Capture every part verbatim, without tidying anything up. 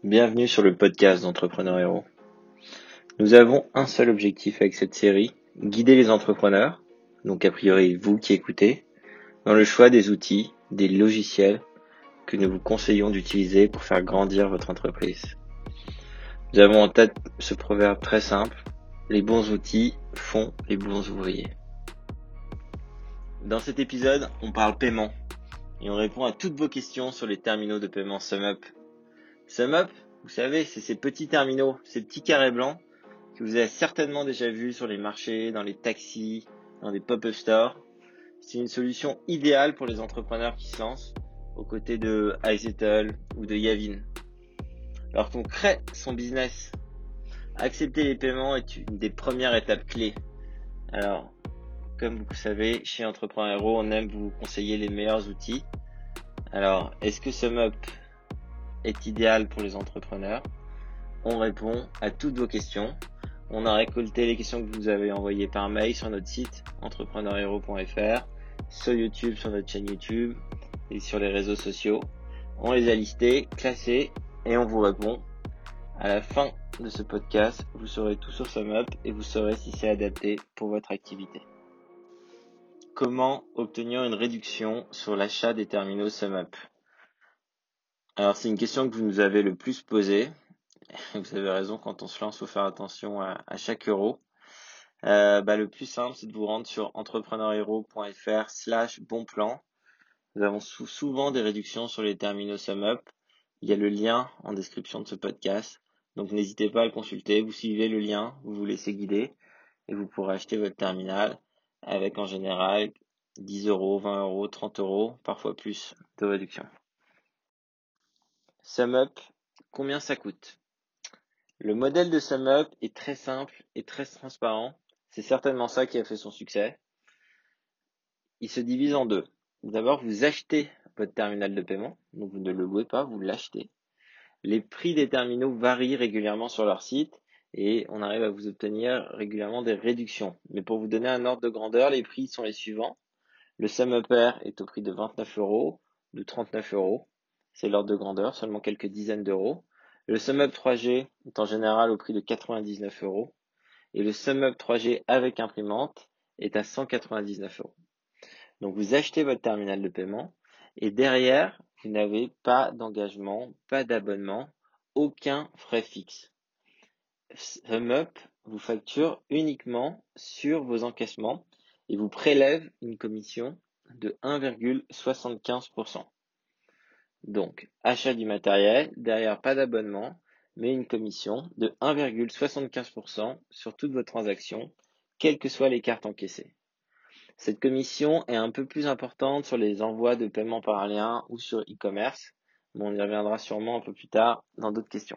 Bienvenue sur le podcast d'Entrepreneurs Héros. Nous avons un seul objectif avec cette série, guider les entrepreneurs, donc a priori vous qui écoutez, dans le choix des outils, des logiciels que nous vous conseillons d'utiliser pour faire grandir votre entreprise. Nous avons en tête ce proverbe très simple, les bons outils font les bons ouvriers. Dans cet épisode, on parle paiement et on répond à toutes vos questions sur les terminaux de paiement SumUp. SumUp, vous savez, c'est ces petits terminaux, ces petits carrés blancs que vous avez certainement déjà vus sur les marchés, dans les taxis, dans des pop-up stores. C'est une solution idéale pour les entrepreneurs qui se lancent, aux côtés de iZettle ou de Yavin. Lorsqu'on crée son business, accepter les paiements est une des premières étapes clés. Alors, comme vous le savez, chez Entrepreneurs Héros, on aime vous conseiller les meilleurs outils. Alors, est-ce que SumUp est idéal pour les entrepreneurs? On répond à toutes vos questions. On a récolté les questions que vous avez envoyées par mail sur notre site entrepreneurs héros point f r, sur YouTube, sur notre chaîne YouTube et sur les réseaux sociaux. On les a listées, classées et on vous répond. À la fin de ce podcast, vous saurez tout sur SumUp et vous saurez si c'est adapté pour votre activité. Comment obtenir une réduction sur l'achat des terminaux SumUp? Alors c'est une question que vous nous avez le plus posée. Vous avez raison, quand on se lance, il faut faire attention à, à chaque euro. Euh, bah, le plus simple, c'est de vous rendre sur entrepreneurs héros point f r slash bon plan. Nous avons sou- souvent des réductions sur les terminaux SumUp. Il y a le lien en description de ce podcast. Donc n'hésitez pas à le consulter. Vous suivez le lien, vous vous laissez guider et vous pourrez acheter votre terminal avec en général dix euros, vingt euros, trente euros, parfois plus de réduction. SumUp, combien ça coûte? Le modèle de SumUp est très simple et très transparent. C'est certainement ça qui a fait son succès. Il se divise en deux. D'abord, vous achetez votre terminal de paiement. Donc, vous ne le louez pas, vous l'achetez. Les prix des terminaux varient régulièrement sur leur site et on arrive à vous obtenir régulièrement des réductions. Mais pour vous donner un ordre de grandeur, les prix sont les suivants. Le SumUp Air est au prix de vingt-neuf euros, de trente-neuf euros. C'est l'ordre de grandeur, seulement quelques dizaines d'euros. Le SumUp trois G est en général au prix de quatre-vingt-dix-neuf euros. Et le SumUp trois G avec imprimante est à cent quatre-vingt-dix-neuf euros. Donc vous achetez votre terminal de paiement et derrière, vous n'avez pas d'engagement, pas d'abonnement, aucun frais fixe. SumUp vous facture uniquement sur vos encaissements et vous prélève une commission de un virgule soixante-quinze pour cent. Donc, achat du matériel, derrière pas d'abonnement, mais une commission de un virgule soixante-quinze pour cent sur toutes vos transactions, quelles que soient les cartes encaissées. Cette commission est un peu plus importante sur les envois de paiement par lien ou sur e-commerce, mais on y reviendra sûrement un peu plus tard dans d'autres questions.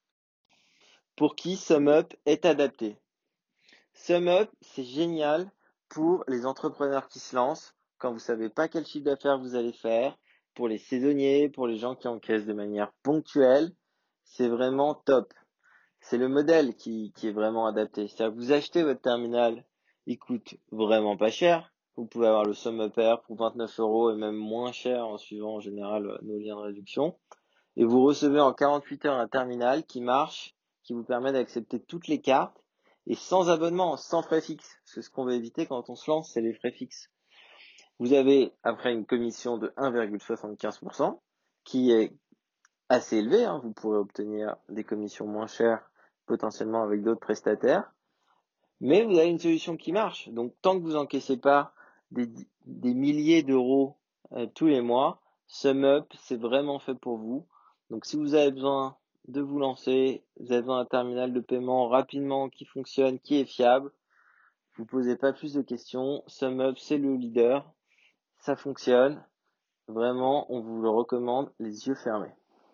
Pour qui SumUp est adapté? SumUp, c'est génial pour les entrepreneurs qui se lancent quand vous ne savez pas quel chiffre d'affaires vous allez faire, pour les saisonniers, pour les gens qui encaissent de manière ponctuelle. C'est vraiment top. C'est le modèle qui, qui est vraiment adapté. C'est-à-dire que vous achetez votre terminal, il coûte vraiment pas cher. Vous pouvez avoir le SumUp Air pour vingt-neuf euros et même moins cher en suivant en général nos liens de réduction. Et vous recevez en quarante-huit heures un terminal qui marche, qui vous permet d'accepter toutes les cartes et sans abonnement, sans frais fixes. Parce que ce qu'on veut éviter quand on se lance, c'est les frais fixes. Vous avez après une commission de un virgule soixante-quinze pour cent qui est assez élevée. Hein. Vous pourrez obtenir des commissions moins chères potentiellement avec d'autres prestataires. Mais vous avez une solution qui marche. Donc tant que vous encaissez pas des, des milliers d'euros euh, tous les mois, SumUp, c'est vraiment fait pour vous. Donc si vous avez besoin de vous lancer, vous avez besoin d'un terminal de paiement rapidement qui fonctionne, qui est fiable, vous posez pas plus de questions. SumUp, c'est le leader. Ça fonctionne. Vraiment, on vous le recommande les yeux fermés.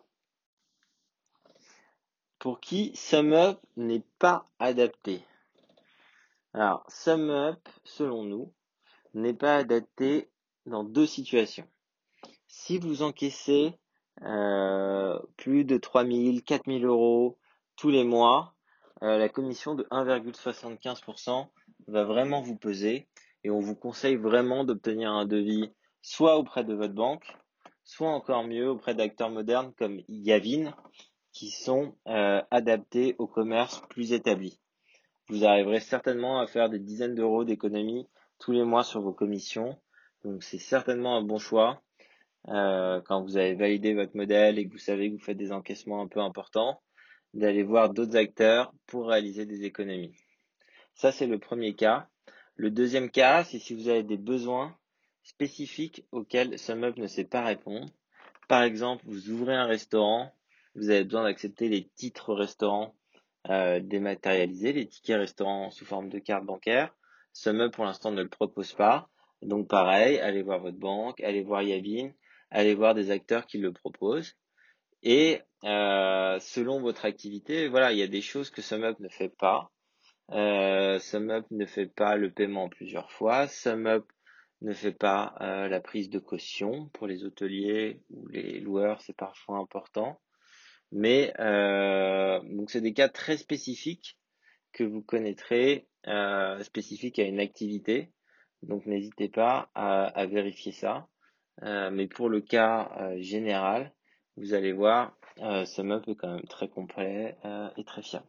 Pour qui SumUp n'est pas adapté? Alors, SumUp, selon nous, n'est pas adapté dans deux situations. Si vous encaissez euh, plus de trois mille, quatre mille euros tous les mois, euh, la commission de un virgule soixante-quinze pour cent va vraiment vous peser et on vous conseille vraiment d'obtenir un devis soit auprès de votre banque, soit encore mieux auprès d'acteurs modernes comme Yavin qui sont euh, adaptés aux commerces plus établis. Vous arriverez certainement à faire des dizaines d'euros d'économies tous les mois sur vos commissions. Donc c'est certainement un bon choix euh, quand vous avez validé votre modèle et que vous savez que vous faites des encaissements un peu importants, d'aller voir d'autres acteurs pour réaliser des économies. Ça, c'est le premier cas. Le deuxième cas, c'est si vous avez des besoins spécifiques auxquels SumUp ne sait pas répondre. Par exemple, vous ouvrez un restaurant, vous avez besoin d'accepter les titres restaurants euh, dématérialisés, les tickets restaurants sous forme de carte bancaire. SumUp, pour l'instant, ne le propose pas. Donc, pareil, allez voir votre banque, allez voir Yavin, allez voir des acteurs qui le proposent. Et euh, selon votre activité, voilà, il y a des choses que SumUp ne fait pas. Euh, SumUp ne fait pas le paiement en plusieurs fois. SumUp ne fait pas euh, la prise de caution pour les hôteliers ou les loueurs, c'est parfois important. Mais euh, donc c'est des cas très spécifiques que vous connaîtrez, euh, spécifiques à une activité. Donc n'hésitez pas à, à vérifier ça. Euh, mais pour le cas euh, général, vous allez voir, euh, SumUp est quand même très complet euh, et très fiable.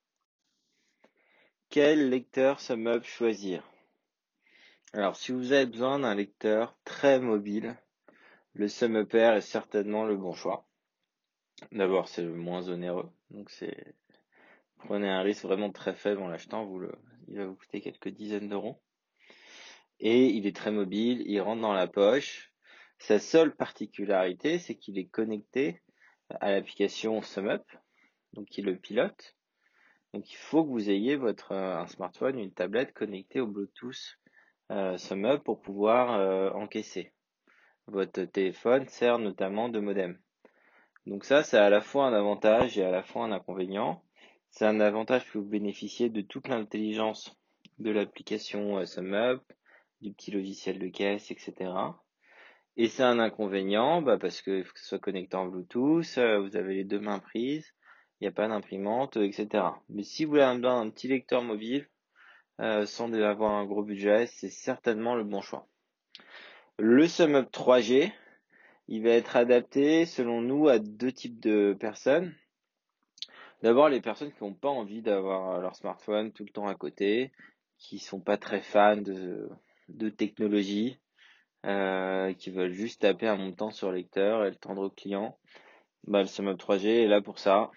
Quel lecteur SumUp choisir? Alors, si vous avez besoin d'un lecteur très mobile, le SumUp Air est certainement le bon choix. D'abord, c'est le moins onéreux, donc c'est prenez un risque vraiment très faible en l'achetant, vous le, il va vous coûter quelques dizaines d'euros. Et il est très mobile, il rentre dans la poche. Sa seule particularité, c'est qu'il est connecté à l'application SumUp, donc qui le pilote. Donc il faut que vous ayez votre un smartphone, une tablette connectée au Bluetooth euh, SumUp pour pouvoir euh, encaisser. Votre téléphone sert notamment de modem. Donc ça, c'est à la fois un avantage et à la fois un inconvénient. C'est un avantage que vous bénéficiez de toute l'intelligence de l'application euh, SumUp, du petit logiciel de caisse, et cetera. Et c'est un inconvénient bah, parce qu'il faut que ce soit connecté en Bluetooth, euh, vous avez les deux mains prises, il n'y a pas d'imprimante, euh, et cetera. Mais si vous avez besoin d'un petit lecteur mobile, euh, sans avoir un gros budget, c'est certainement le bon choix. Le SumUp trois G, il va être adapté, selon nous, à deux types de personnes. D'abord, les personnes qui n'ont pas envie d'avoir leur smartphone tout le temps à côté, qui sont pas très fans de, de technologie, euh, qui veulent juste taper un montant sur lecteur et le tendre au client. Bah, le SumUp trois G est là pour ça.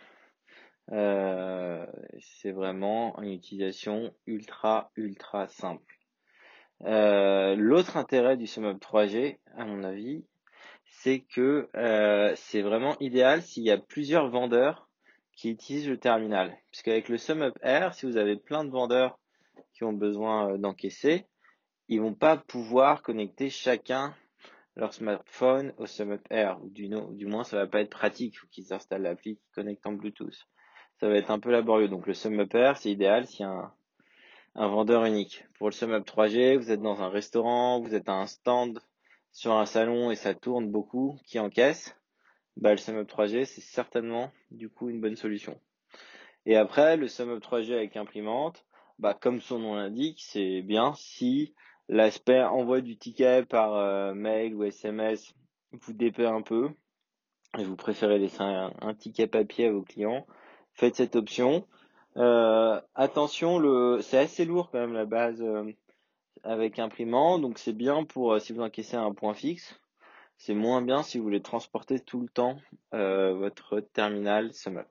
Euh, c'est vraiment une utilisation ultra, ultra simple. Euh, l'autre intérêt du SumUp trois G, à mon avis, c'est que euh, c'est vraiment idéal s'il y a plusieurs vendeurs qui utilisent le terminal. Puisqu'avec le SumUp Air, si vous avez plein de vendeurs qui ont besoin euh, d'encaisser, ils vont pas pouvoir connecter chacun leur smartphone au SumUp Air. Ou du, no, du moins, ça va pas être pratique. Il faut qu'ils installent l'appli qui connecte en Bluetooth. Ça va être un peu laborieux. Donc le SumUp Air, c'est idéal s'il y a un, un vendeur unique. Pour le SumUp trois G, vous êtes dans un restaurant, vous êtes à un stand sur un salon et ça tourne beaucoup, qui encaisse. Bah, le SumUp trois G, c'est certainement du coup une bonne solution. Et après, le SumUp trois G avec imprimante, bah, comme son nom l'indique, c'est bien si l'aspect envoi du ticket par euh, mail ou S M S vous dépaît un peu et vous préférez laisser un, un ticket papier à vos clients, faites cette option. Euh, attention, le, c'est assez lourd quand même la base euh, avec imprimante, donc c'est bien pour euh, si vous encaissez un point fixe. C'est moins bien si vous voulez transporter tout le temps euh, votre terminal SumUp.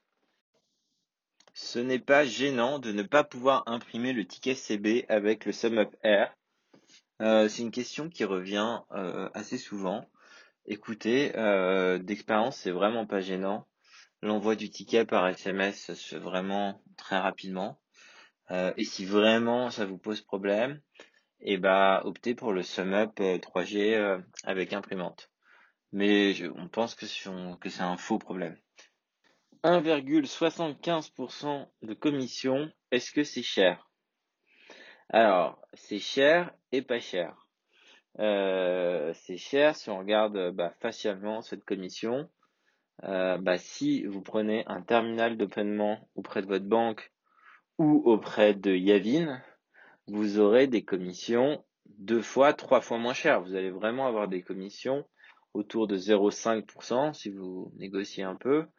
Ce n'est pas gênant de ne pas pouvoir imprimer le ticket C B avec le SumUp Air. Euh, c'est une question qui revient euh, assez souvent. Écoutez, euh, d'expérience, c'est vraiment pas gênant. L'envoi du ticket par S M S, ça se fait vraiment très rapidement. Euh, et si vraiment ça vous pose problème, eh ben, optez pour le SumUp trois G euh, avec imprimante. Mais je, on pense que, que c'est un faux problème. un virgule soixante-quinze pour cent de commission, est-ce que c'est cher? Alors, c'est cher et pas cher. Euh, c'est cher si on regarde bah, facialement cette commission. Euh, bah, si vous prenez un terminal de paiement auprès de votre banque ou auprès de Yavin, vous aurez des commissions deux fois, trois fois moins chères. Vous allez vraiment avoir des commissions autour de zéro virgule cinq pour cent si vous négociez un peu.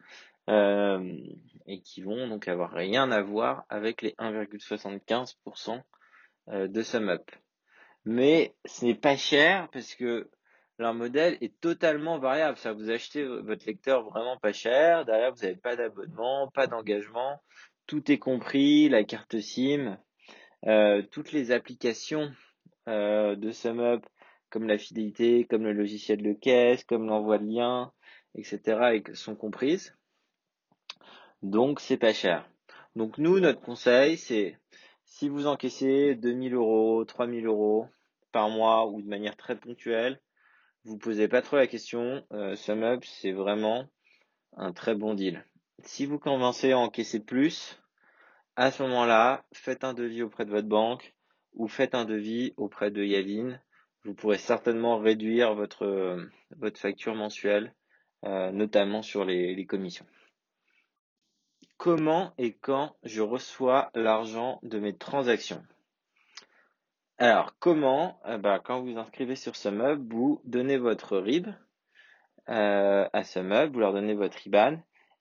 euh, et qui vont donc avoir rien à voir avec les un virgule soixante-quinze pour cent euh, de SumUp. Mais ce n'est pas cher parce que leur modèle est totalement variable. Ça, vous achetez votre lecteur vraiment pas cher. Derrière, vous n'avez pas d'abonnement, pas d'engagement. Tout est compris, la carte SIM, euh, toutes les applications euh, de SumUp, comme la fidélité, comme le logiciel de caisse, comme l'envoi de liens, et cetera, sont comprises. Donc, c'est pas cher. Donc, nous, notre conseil, c'est si vous encaissez deux mille euros, trois mille euros par mois ou de manière très ponctuelle, vous posez pas trop la question. Euh, SumUp, c'est vraiment un très bon deal. Si vous commencez à encaisser plus, à ce moment-là, faites un devis auprès de votre banque ou faites un devis auprès de Yavin. Vous pourrez certainement réduire votre, euh, votre facture mensuelle, euh, notamment sur les, les commissions. Comment et quand je reçois l'argent de mes transactions? Alors, comment? Euh, bah, quand vous vous inscrivez sur SumUp, vous donnez votre R I B euh, à SumUp, vous leur donnez votre I B A N